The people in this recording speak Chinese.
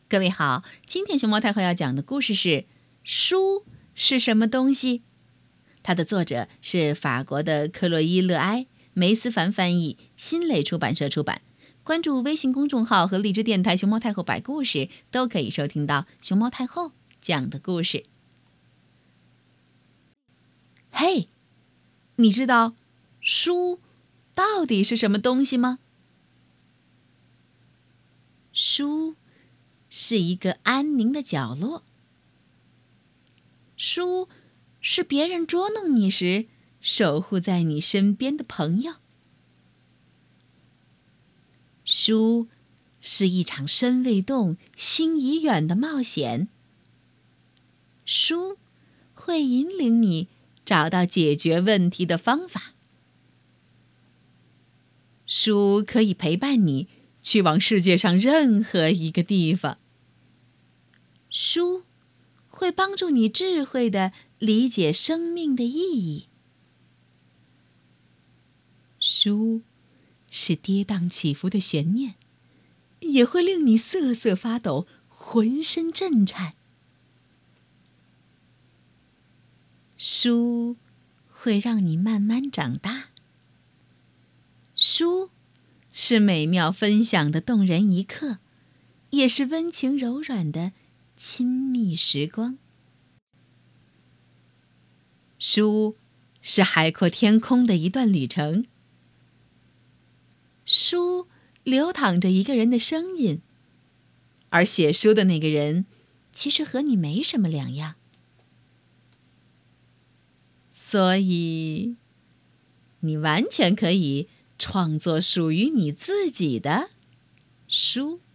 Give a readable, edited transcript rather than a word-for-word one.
各位好，今天熊猫太后要讲的故事是书是什么东西？它的作者是法国的克洛伊·勒埃，梅思凡翻译，新蕾出版社出版。关注微信公众号和荔枝电台熊猫太后摆故事，都可以收听到熊猫太后讲的故事。嘿，你知道书到底是什么东西吗？书是一个安宁的角落。书是别人捉弄你时守护在你身边的朋友。书是一场身未动心已远的冒险。书会引领你找到解决问题的方法。书可以陪伴你去往世界上任何一个地方。书会帮助你智慧地理解生命的意义。书是跌宕起伏的悬念，也会令你瑟瑟发抖，浑身震颤。书会让你慢慢长大。书是美妙分享的动人一刻，也是温情柔软的亲密时光。书是海阔天空的一段旅程。书流淌着一个人的声音，而写书的那个人其实和你没什么两样。所以，你完全可以创作属于你自己的书。